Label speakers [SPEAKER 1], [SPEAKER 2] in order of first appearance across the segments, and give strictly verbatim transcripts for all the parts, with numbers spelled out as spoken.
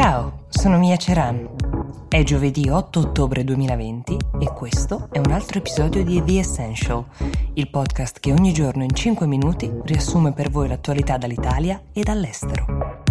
[SPEAKER 1] Ciao, sono Mia Ceran. È giovedì otto ottobre duemilaventi e questo è un altro episodio di The Essential, il podcast che ogni giorno in cinque minuti riassume per voi l'attualità dall'Italia e dall'estero.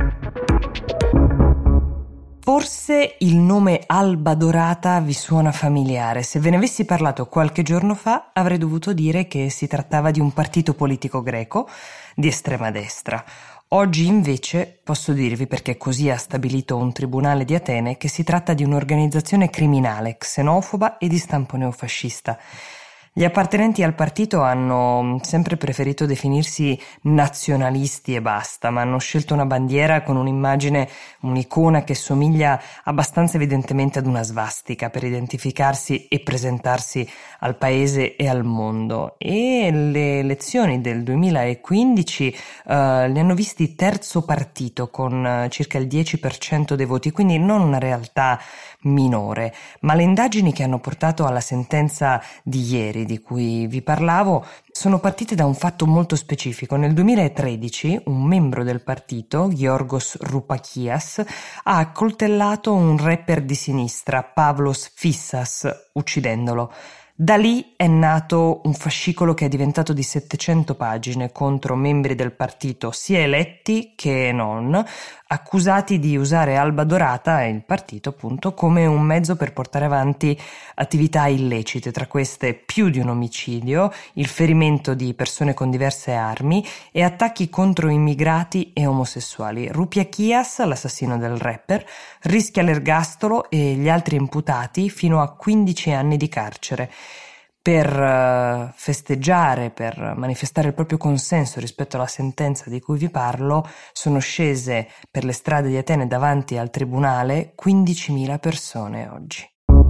[SPEAKER 1] Forse il nome Alba Dorata vi suona familiare. Se ve ne avessi parlato qualche giorno fa, avrei dovuto dire che si trattava di un partito politico greco di estrema destra. Oggi invece posso dirvi, perché così ha stabilito un tribunale di Atene, che si tratta di un'organizzazione criminale, xenofoba e di stampo neofascista. Gli appartenenti al partito hanno sempre preferito definirsi nazionalisti e basta, ma hanno scelto una bandiera con un'immagine, un'icona che somiglia abbastanza evidentemente ad una svastica per identificarsi e presentarsi al paese e al mondo. E le elezioni del duemilaquindici eh, li hanno visti terzo partito con eh, circa il dieci per cento dei voti, quindi non una realtà minore, ma le indagini che hanno portato alla sentenza di ieri, di cui vi parlavo, sono partite da un fatto molto specifico. Nel duemilatredici un membro del partito, Giorgos Roupakias, ha accoltellato un rapper di sinistra, Pavlos Fissas, uccidendolo. Da lì è nato un fascicolo che è diventato di settecento pagine contro membri del partito, sia eletti che non, accusati di usare Alba Dorata e il partito appunto come un mezzo per portare avanti attività illecite, tra queste più di un omicidio, il ferimento di persone con diverse armi e attacchi contro immigrati e omosessuali. Roupakias, l'assassino del rapper, rischia l'ergastolo e gli altri imputati fino a quindici anni di carcere. Per uh, festeggiare, per manifestare il proprio consenso rispetto alla sentenza di cui vi parlo, sono scese per le strade di Atene davanti al tribunale quindicimila persone oggi.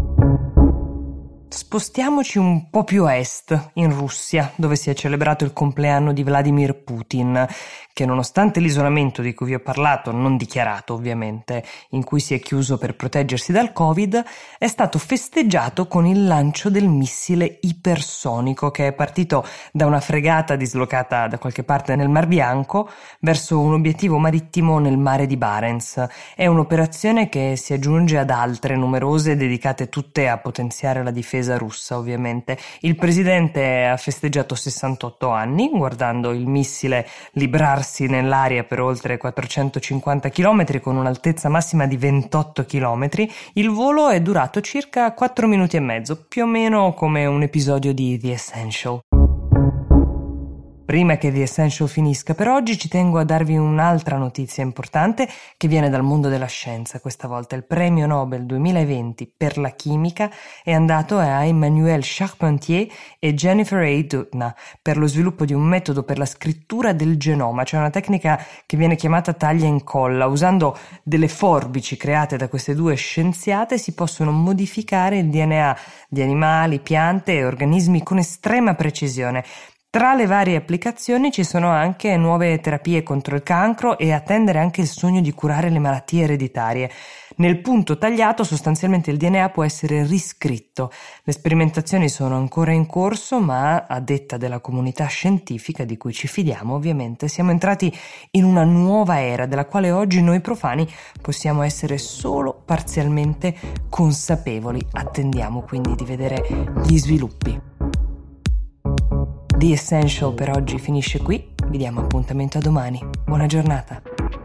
[SPEAKER 1] Spostiamoci un po' più a est, in Russia, dove si è celebrato il compleanno di Vladimir Putin, che nonostante l'isolamento di cui vi ho parlato, non dichiarato ovviamente, in cui si è chiuso per proteggersi dal Covid, è stato festeggiato con il lancio del missile ipersonico che è partito da una fregata dislocata da qualche parte nel Mar Bianco verso un obiettivo marittimo nel mare di Barents. È un'operazione che si aggiunge ad altre numerose dedicate tutte a potenziare la difesa russa, ovviamente. Il presidente ha festeggiato sessantotto anni guardando il missile librarsi nell'aria per oltre quattrocentocinquanta chilometri con un'altezza massima di ventotto chilometri. Il volo è durato circa quattro minuti e mezzo, più o meno come un episodio di The Essential. Prima che The Essential finisca per oggi ci tengo a darvi un'altra notizia importante che viene dal mondo della scienza. Questa volta il premio Nobel duemilaventi per la chimica è andato a Emmanuel Charpentier e Jennifer A. Doudna per lo sviluppo di un metodo per la scrittura del genoma, cioè una tecnica che viene chiamata taglia e incolla. Usando delle forbici create da queste due scienziate si possono modificare il D N A di animali, piante e organismi con estrema precisione. Tra le varie applicazioni ci sono anche nuove terapie contro il cancro e attendere anche il sogno di curare le malattie ereditarie. Nel punto tagliato sostanzialmente il D N A può essere riscritto. Le sperimentazioni sono ancora in corso, ma a detta della comunità scientifica di cui ci fidiamo ovviamente siamo entrati in una nuova era della quale oggi noi profani possiamo essere solo parzialmente consapevoli. Attendiamo quindi di vedere gli sviluppi. The Essential per oggi finisce qui, vi diamo appuntamento a domani. Buona giornata.